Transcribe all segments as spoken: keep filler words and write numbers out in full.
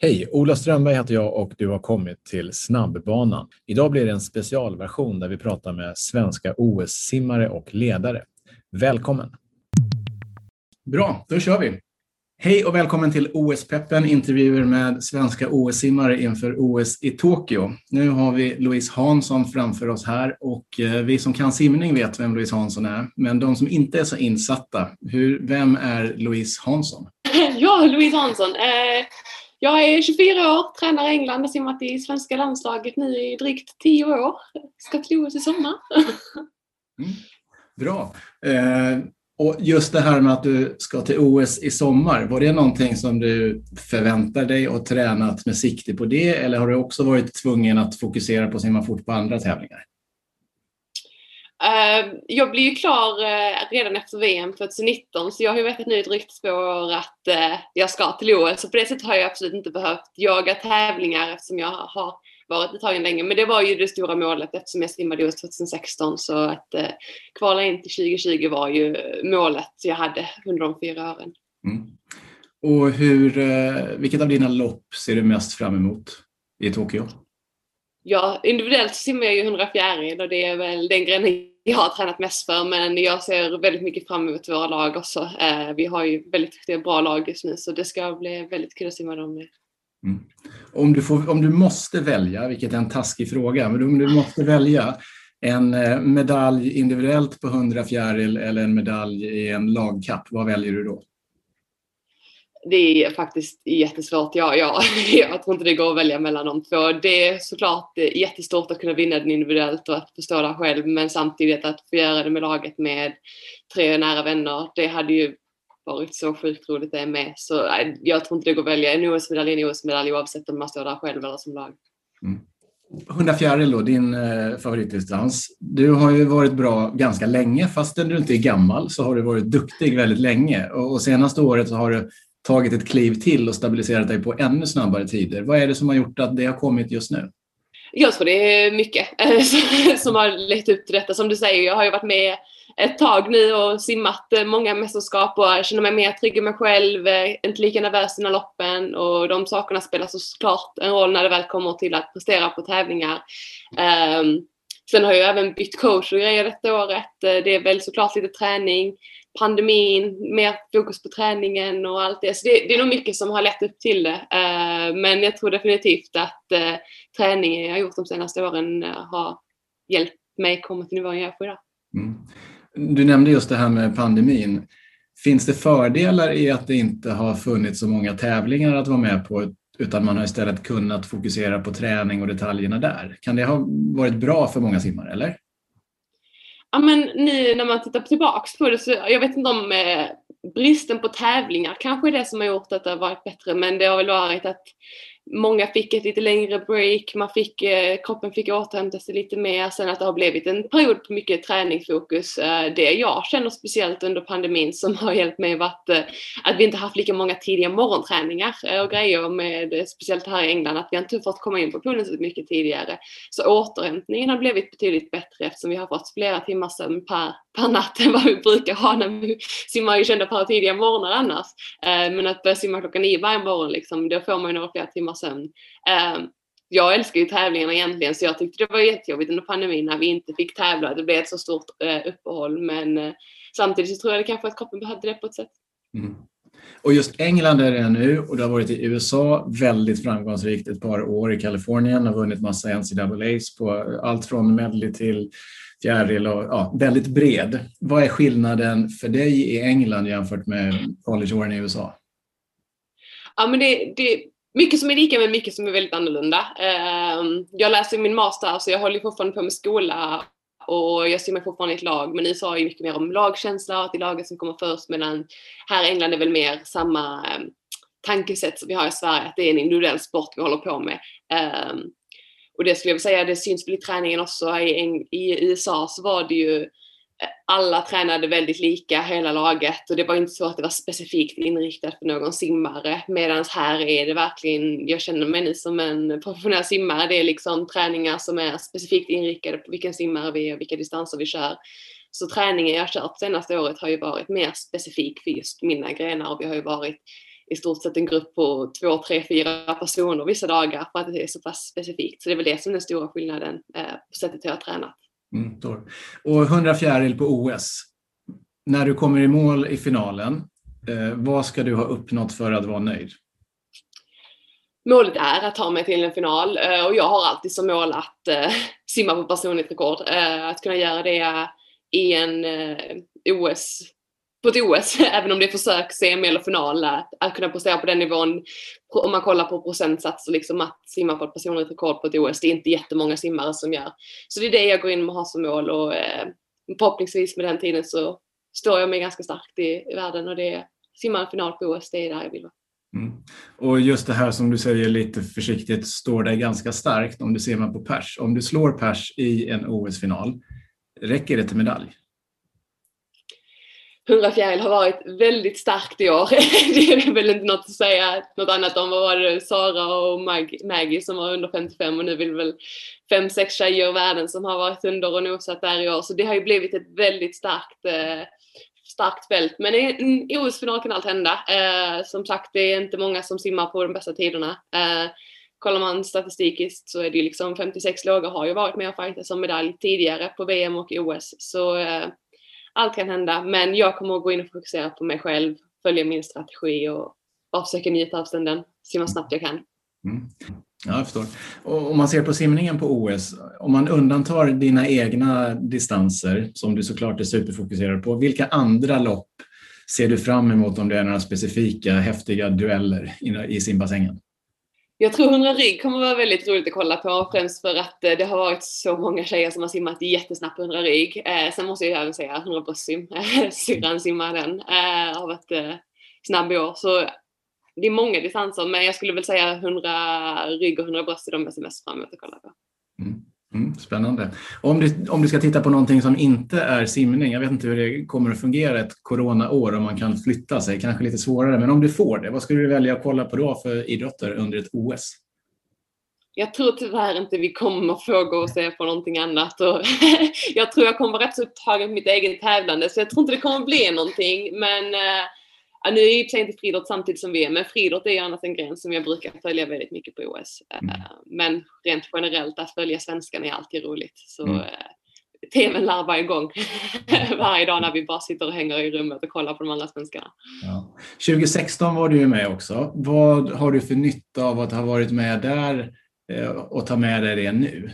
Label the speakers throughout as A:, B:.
A: Hej, Ola Strömberg heter jag och du har kommit till Snabbbanan. Idag blir det en specialversion där vi pratar med svenska O S-simmare och ledare. Välkommen!
B: Bra, då kör vi. Hej och välkommen till O S-peppen, intervjuer med svenska O S-simmare inför O S i Tokyo. Nu har vi Louise Hansson framför oss här och vi som kan simning vet vem Louise Hansson är. Men de som inte är så insatta, hur, vem är Louise Hansson?
C: Ja, Louise Hansson. Eh, jag är tjugofyra år, tränar i England och simmat i svenska landslaget nu i drygt tio år. Ska till O S i sommar.
B: Mm, bra. Eh, och just det här med att du ska till O S i sommar, var det någonting som du förväntar dig och tränat med sikte på det? Eller har du också varit tvungen att fokusera på att simma fort på andra tävlingar?
C: Uh, jag blir ju klar uh, redan efter V M tjugonitton, så jag har ju vetat nu i drygt två år att uh, jag ska till O S. Så på det sättet har jag absolut inte behövt jaga tävlingar eftersom jag har varit ett tag länge. Men det var ju det stora målet eftersom jag simmade O S tjugohundrasexton, så att uh, kvala in till tjugo tjugo var ju målet jag hade under de fyra åren.
B: Mm. Och hur, uh, vilket av dina lopp ser du mest fram emot i Tokyo?
C: Ja, individuellt simmar jag ju hundra fjäril och det är väl den grejen jag har tränat mest för, men jag ser väldigt mycket fram emot våra lag också. Eh, vi har ju väldigt bra lag just nu, så det ska bli väldigt kul att simma dem med.
B: Mm. Om, du får, om du måste välja, vilket är en taskig fråga, men om du måste välja en medalj individuellt på hundra fjäril eller en medalj i en lagkapp, vad väljer du då?
C: Det är faktiskt jättesvårt. Ja, ja, jag tror inte det går att välja mellan de två. Det är såklart jättestort att kunna vinna den individuellt och att förstå det själv. Men samtidigt att få göra det med laget med tre nära vänner. Det hade ju varit så sjukt roligt det med. Så jag tror inte det går att välja en O S-medalj en O S-medalj oavsett om man står där själv eller som lag.
B: Mm. hundra fjäril då, din eh, favoritdistans. Du har ju varit bra ganska länge. Fastän du inte är gammal så har du varit duktig väldigt länge. Och, och senaste året så har du tagit ett kliv till och stabiliserat dig på ännu snabbare tider. Vad är det som har gjort att det har kommit just nu?
C: Jag tror det är mycket som har lett upp till detta. Som du säger, jag har ju varit med ett tag nu och simmat många mästerskap och känner mig mer trygg i mig själv, inte lika nervös i loppen, och de sakerna spelar så klart en roll när det väl kommer till att prestera på tävlingar. Um, sen har jag även bytt coach och grejer detta året. Det är väl såklart lite träning, pandemin, mer fokus på träningen och allt det. Så det, det är nog mycket som har lett upp till det. Uh, men jag tror definitivt att uh, träningen jag har gjort de senaste åren uh, har hjälpt mig komma till nivån jag är på idag.
B: Mm. Du nämnde just det här med pandemin. Finns det fördelar i att det inte har funnits så många tävlingar att vara med på, utan man har istället kunnat fokusera på träning och detaljerna där? Kan det ha varit bra för många simmare, eller?
C: Ja, men nu när man tittar tillbaka på det, så jag vet inte om eh, bristen på tävlingar kanske är det som har gjort att det har varit bättre, men det har väl varit att många fick ett lite längre break, man fick, eh, kroppen fick återhämta sig lite mer, sen att det har blivit en period på mycket träningsfokus. Eh, det jag känner speciellt under pandemin som har hjälpt mig varit eh, att vi inte haft lika många tidiga morgonträningar eh, och grejer med, speciellt här i England, att vi inte fått komma in på poolen så mycket tidigare. Så återhämtningen har blivit betydligt bättre eftersom vi har fått flera timmar sömn per, per natt än vad vi brukar ha när vi simmar ju kända par tidiga morgnar annars. Eh, men att börja simma klockan nio varje morgon, liksom, då får man ju några flera timmar sömn. Uh, jag älskar ju tävlingarna egentligen, så jag tyckte det var jättejobbigt under pandemin när vi inte fick tävla. Det blev ett så stort uh, uppehåll, men uh, samtidigt så tror jag det kanske att kroppen behövde det på ett sätt.
B: Mm. Och just England är det nu, och det har varit i U S A väldigt framgångsrikt ett par år. I Kalifornien har vunnit massa N C A A's på allt från medley till fjäril och ja, väldigt bred. Vad är skillnaden för dig i England jämfört med collegeåren i U S A?
C: Ja, men det, det mycket som är lika, men mycket som är väldigt annorlunda. Jag läser min master, så jag håller fortfarande på med skola och jag simmar fortfarande i ett lag. Men ni sa ju mycket mer om lagkänsla, att det är laget som kommer först, medan här i England är väl mer samma tankesätt som vi har i Sverige, att det är en individuell sport vi håller på med. Och det skulle jag vilja säga, det syns väl i träningen också. I, i U S A så var det ju alla tränade väldigt lika, hela laget, och det var inte så att det var specifikt inriktat för någon simmare, medan här är det verkligen, jag känner mig nu som en professionell simmare, det är liksom träningar som är specifikt inriktade på vilken simmare vi är och vilka distanser vi kör. Så träningen jag kört senaste året har ju varit mer specifik för just mina grenar, och vi har ju varit i stort sett en grupp på två, tre, fyra personer vissa dagar för att det är så pass specifikt. Så det är väl det som är den stora skillnaden eh, på sättet jag har tränat.
B: Mm, och hundra fjäril på O S. När du kommer i mål i finalen, eh, vad ska du ha uppnått för att vara nöjd?
C: Målet är att ta mig till en final, eh, och jag har alltid som mål att eh, simma på personligt rekord. Eh, att kunna göra det i en eh, O S, på ett O S, även om det är försök, semi eller final, att, att kunna prestera på den nivån. Om man kollar på procentsatser, liksom att simma på ett personligt rekord på ett O S, det är inte jättemånga simmare som gör. Så det är det jag går in med och har som mål, och eh, förhoppningsvis med den tiden så står jag mig ganska starkt i, i världen, och det är simma en final på O S, det är där jag vill vara.
B: Mm. Och just det här som du säger lite försiktigt, står dig ganska starkt om du ser man på pers. Om du slår pers i en O S-final, räcker det till medalj?
C: hundra fjäril har varit väldigt starkt i år. Det är väl inte något att säga något annat om. Vad var det? Sara och Mag- Maggie som var under femtiofem, och nu vill väl fem, sex tjejer i världen som har varit under och nosat där i år. Så det har ju blivit ett väldigt starkt, eh, starkt fält. Men i O S-final kan allt hända. Eh, som sagt, det är inte många som simmar på de bästa tiderna. Eh, kollar man statistikiskt så är det liksom femtiosex lågor har ju varit med och fightat som medalj tidigare på V M och O S. Så eh, allt kan hända, men jag kommer att gå in och fokusera på mig själv, följa min strategi och bara försöka njuta av stunden, simma snabbt jag kan.
B: Mm. Ja, jag förstår. Och om man ser på simningen på O S, om man undantar dina egna distanser som du såklart är superfokuserad på, vilka andra lopp ser du fram emot om det är några specifika häftiga dueller i simbassängen?
C: Jag tror hundra rygg kommer vara väldigt roligt att kolla på, främst för att det har varit så många tjejer som har simmat jättesnabbt på hundra rygg. Eh, sen måste jag även säga hundra bröstsim. Syrran simmar den. Eh, har varit eh, snabb i år. Så det är många distanser, men jag skulle väl säga hundra rygg och hundra bröst är de jag ser mest fram emot att kolla på.
B: Mm. Mm, spännande. Om du, om du ska titta på någonting som inte är simning, jag vet inte hur det kommer att fungera ett coronaår om man kan flytta sig, kanske lite svårare, men om du får det, vad skulle du välja att kolla på då för idrotter under ett O S?
C: Jag tror tyvärr inte vi kommer få gå och se på någonting annat, och jag tror jag kommer vara rätt så upptagen med mitt eget tävlande, så jag tror inte det kommer bli någonting, men ja, nu är ju inte friidrott samtidigt som vi är, men friidrott är ju annars en gren som jag brukar följa väldigt mycket på O S. Mm. Men rent generellt att följa svenskarna är alltid roligt. Så mm. T V:n lär varje gång. Varje dag när vi bara sitter och hänger i rummet och kollar på de andra svenskarna. Ja.
B: tjugo sexton var du ju med också. Vad har du för nytta av att ha varit med där och ta med dig det nu?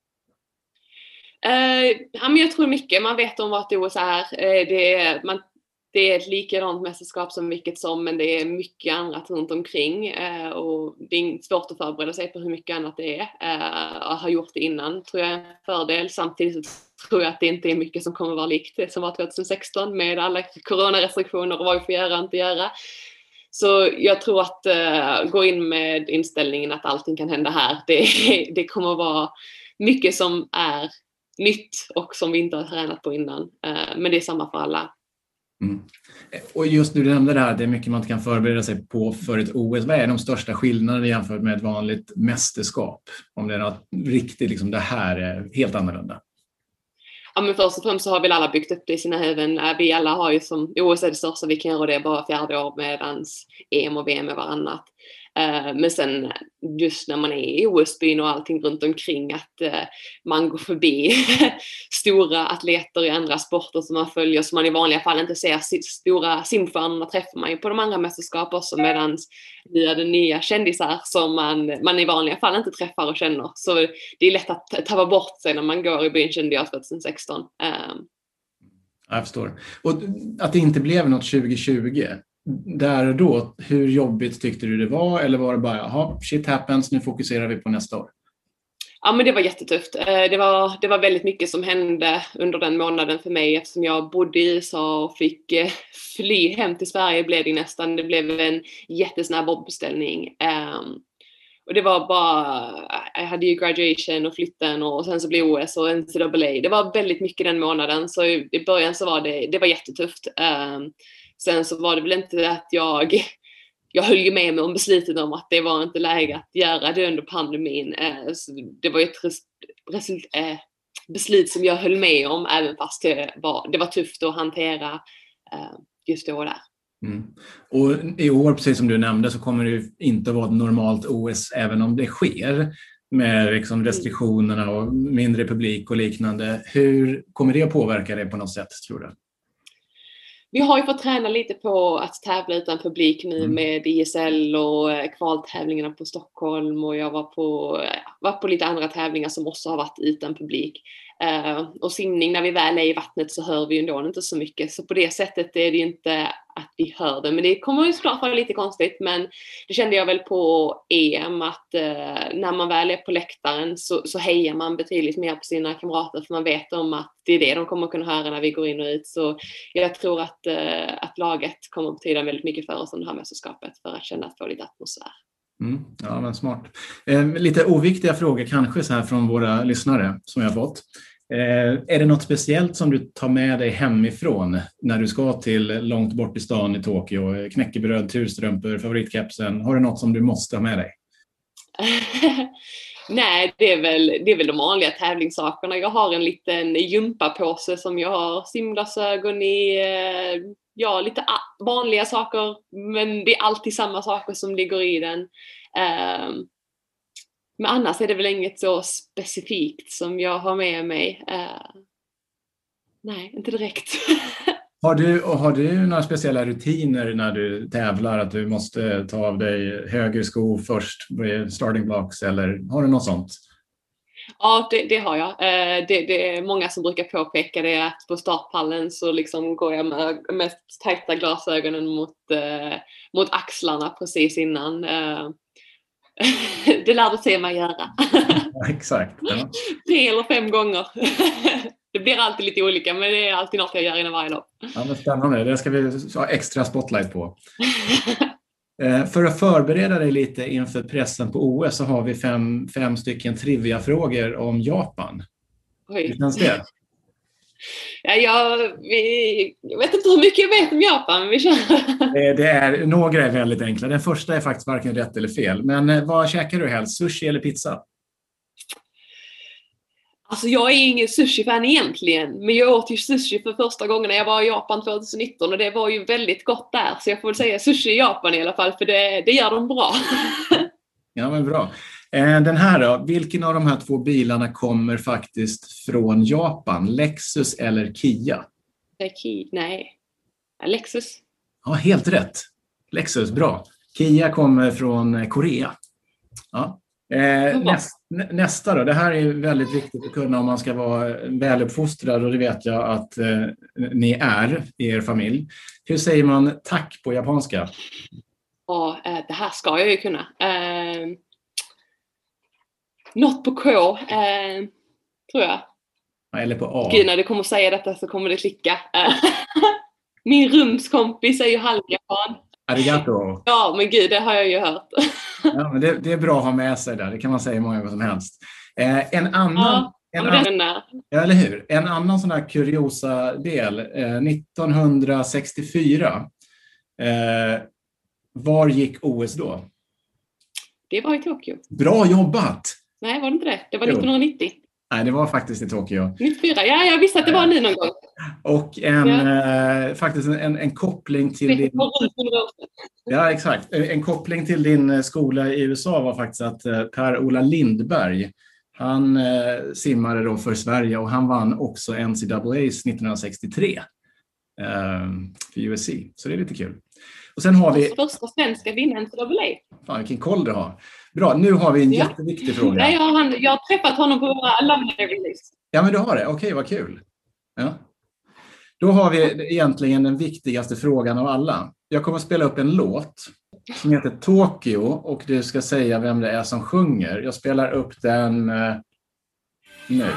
C: Uh, ja, men jag tror mycket. Man vet om vad ett O S är. Uh, det är man Det är ett likadant mästerskap som vilket som, men det är mycket annat runt omkring, eh, och det är svårt att förbereda sig på hur mycket annat det är. Eh, att ha gjort det innan tror jag är en fördel. Samtidigt så tror jag att det inte är mycket som kommer vara likt det som var tjugo sexton med alla coronarestriktioner och vad vi får göra och inte göra. Så jag tror att eh, gå in med inställningen att allting kan hända här. Det, det kommer vara mycket som är nytt och som vi inte har tränat på innan. Eh, men det är samma för alla.
B: Mm. Och just nu du nämnde det här, det är mycket man kan förbereda sig på för ett O S. Vad är de största skillnaderna jämfört med ett vanligt mästerskap? Om det är något riktigt, liksom det här är helt annorlunda.
C: Ja, men först och främst så har vi alla byggt upp det i sina huvuden. Vi alla har ju som O S är det största vi kan göra, det bara fjärde år, medans E M och V M är varannat. Men sen just när man är i O S-byn och allting runt omkring, att man går förbi stora atleter i andra sporter som man följer, som man i vanliga fall inte ser. Stora simstjärnorna träffar man ju på de andra mästerskap också, medan vi är den nya kändisar som man, man i vanliga fall inte träffar och känner. Så det är lätt att tappa bort sig när man går i byn, kände jag tjugo sexton.
B: Jag förstår. Och att det inte blev något tjugo tjugo, där och då, hur jobbigt tyckte du det var? Eller var det bara, jaha, shit happens, nu fokuserar vi på nästa år?
C: Ja, men det var jättetufft. Det var, det var väldigt mycket som hände under den månaden för mig, eftersom jag bodde i U S A och fick fly hem till Sverige blev det nästan. Det blev en jättesnabb omställning. Um, och det var bara, jag hade ju graduation och flytten och sen så blev O S och N C A A. Det var väldigt mycket den månaden, så i början så var det, det var jättetufft. Um, Sen så var det väl inte att jag, jag höll ju med mig om beslutet om att det var inte läge att göra det under pandemin. Det var ju ett result, beslut som jag höll med om, även fast det var, det var tufft att hantera uh, just då och där.
B: Mm. Och i år, precis som du nämnde, så kommer det ju inte vara ett normalt O S även om det sker med liksom restriktionerna och mindre publik och liknande. Hur kommer det att påverka det på något sätt, tror du?
C: Vi har ju fått träna lite på att tävla utan publik nu mm. med I S L och kvaltävlingarna på Stockholm, och jag var på, var på lite andra tävlingar som också har varit utan publik. Uh, och simning, när vi väl är i vattnet så hör vi ju ändå inte så mycket, så på det sättet är det ju inte att vi hör det, men det kommer ju såklart vara lite konstigt. Men det kände jag väl på E M att uh, när man väl är på läktaren så, så hejar man betydligt mer på sina kamrater, för man vet om att det är det de kommer kunna höra när vi går in och ut. Så jag tror att, uh, att laget kommer att betyda väldigt mycket för oss under det här mästerskapet, för att känna att få lite atmosfär.
B: Mm, ja, men smart. Eh, lite oviktiga frågor kanske så här från våra lyssnare som jag har fått. Eh, är det något speciellt som du tar med dig hemifrån när du ska till långt bort i stan i Tokyo? Knäckebröd, turstrumpor, favoritkepsen. Har du något som du måste ha med dig?
C: Nej, det är, väl, det är väl de vanliga tävlingssakerna. Jag har en liten gympapåse som jag har simglasögon i. Ja, lite vanliga saker, men det är alltid samma saker som ligger i den. Um, men annars är det väl inget så specifikt som jag har med mig. Uh, nej, inte direkt.
B: Har du, och har du några speciella rutiner när du tävlar? Att du måste ta av dig höger sko först med starting blocks, eller har du något sånt?
C: Ja, det, det har jag. Eh, det, det är många som brukar påpeka det, att på startpallen så liksom går jag med mest tajta glasögonen mot, eh, mot axlarna precis innan. Eh, det lärde sig man göra.
B: Ja, exakt. Ja.
C: Tre eller fem gånger. Det blir alltid lite olika, men det är alltid något jag gör innan varje lopp.
B: Ja, men spännande. Det ska vi ha extra spotlight på. För att förbereda dig lite inför pressen på O S så har vi fem, fem stycken trivia-frågor om Japan.
C: Oj.
B: Hur känns det?
C: Ja, jag, vi, jag vet inte hur mycket jag vet om Japan. Men vi kör.
B: Det, det är, några är väldigt enkla. Den första är faktiskt varken rätt eller fel. Men vad käkar du helst? Sushi eller pizza?
C: Alltså jag är ingen sushi-fan egentligen, men jag åt ju sushi för första gången när jag var i Japan tjugonitton, och det var ju väldigt gott där, så jag får väl säga sushi i Japan i alla fall, för det, det gör de bra.
B: Ja, men bra. Den här då, vilken av de här två bilarna kommer faktiskt från Japan? Lexus eller Kia?
C: Kia, nej. Lexus.
B: Ja, helt rätt. Lexus, bra. Kia kommer från Korea. Ja. Eh, näst, nästa då, det här är väldigt viktigt att kunna om man ska vara väluppfostrad, och det vet jag att eh, ni är i er familj. Hur säger man tack på japanska?
C: Ja, eh, det här ska jag ju kunna. Eh, något på K, eh, tror jag.
B: Eller på A.
C: Gud, när du kommer att säga detta så kommer det klicka. Min rumskompis är ju halvjapan.
B: Arigato.
C: Ja, men gud, det har jag ju hört.
B: Ja, men det, det är bra att ha med sig där. Det kan man säga många gånger som helst. Eh, en annan...
C: Ja,
B: en
C: ja,
B: annan ja, eller hur? En annan sån här kuriosa del. Eh, nittonhundrasextiofyra. Eh, var gick O S då?
C: Det var i Tokyo.
B: Bra jobbat!
C: Nej, var det inte det? Det var
B: Jo.
C: nittonhundranittio.
B: Nej, det var faktiskt i Tokyo.
C: nittiofyra, ja, jag visste att det var nu någon gång.
B: Och en,
C: ja.
B: eh, faktiskt en, en koppling till din... Ja, exakt. En koppling till din skola i U S A var faktiskt att eh, Per-Ola Lindberg, han eh, simmade då för Sverige, och han vann också N C A A's nittonhundrasextiotre eh, för U S C. Så det är lite kul. Och sen har vi...
C: Första svenska vinna N C A A.
B: Fan, vilken koll du har. Bra, nu har vi en
C: ja.
B: jätteviktig fråga.
C: Ja, jag, har, jag har träffat honom på våra alumni release.
B: Ja, men du har det. Okej, vad kul. Ja. Då har vi egentligen den viktigaste frågan av alla. Jag kommer att spela upp en låt som heter Tokyo, och du ska säga vem det är som sjunger. Jag spelar upp den eh, nu.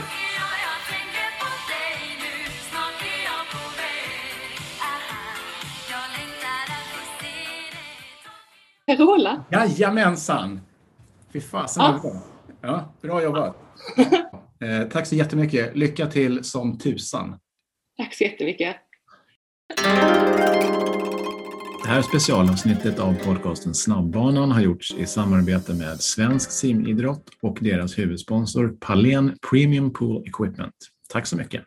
C: Carola?
B: Jajamensan! Fy fasen, ja. Bra. Ja, bra jobbat. eh, tack så jättemycket. Lycka till som tusan.
C: Tack så jättemycket.
A: Det här specialavsnittet av podcasten Snabbbanan har gjorts i samarbete med Svensk simidrott och deras huvudsponsor Palen Premium Pool Equipment. Tack så mycket.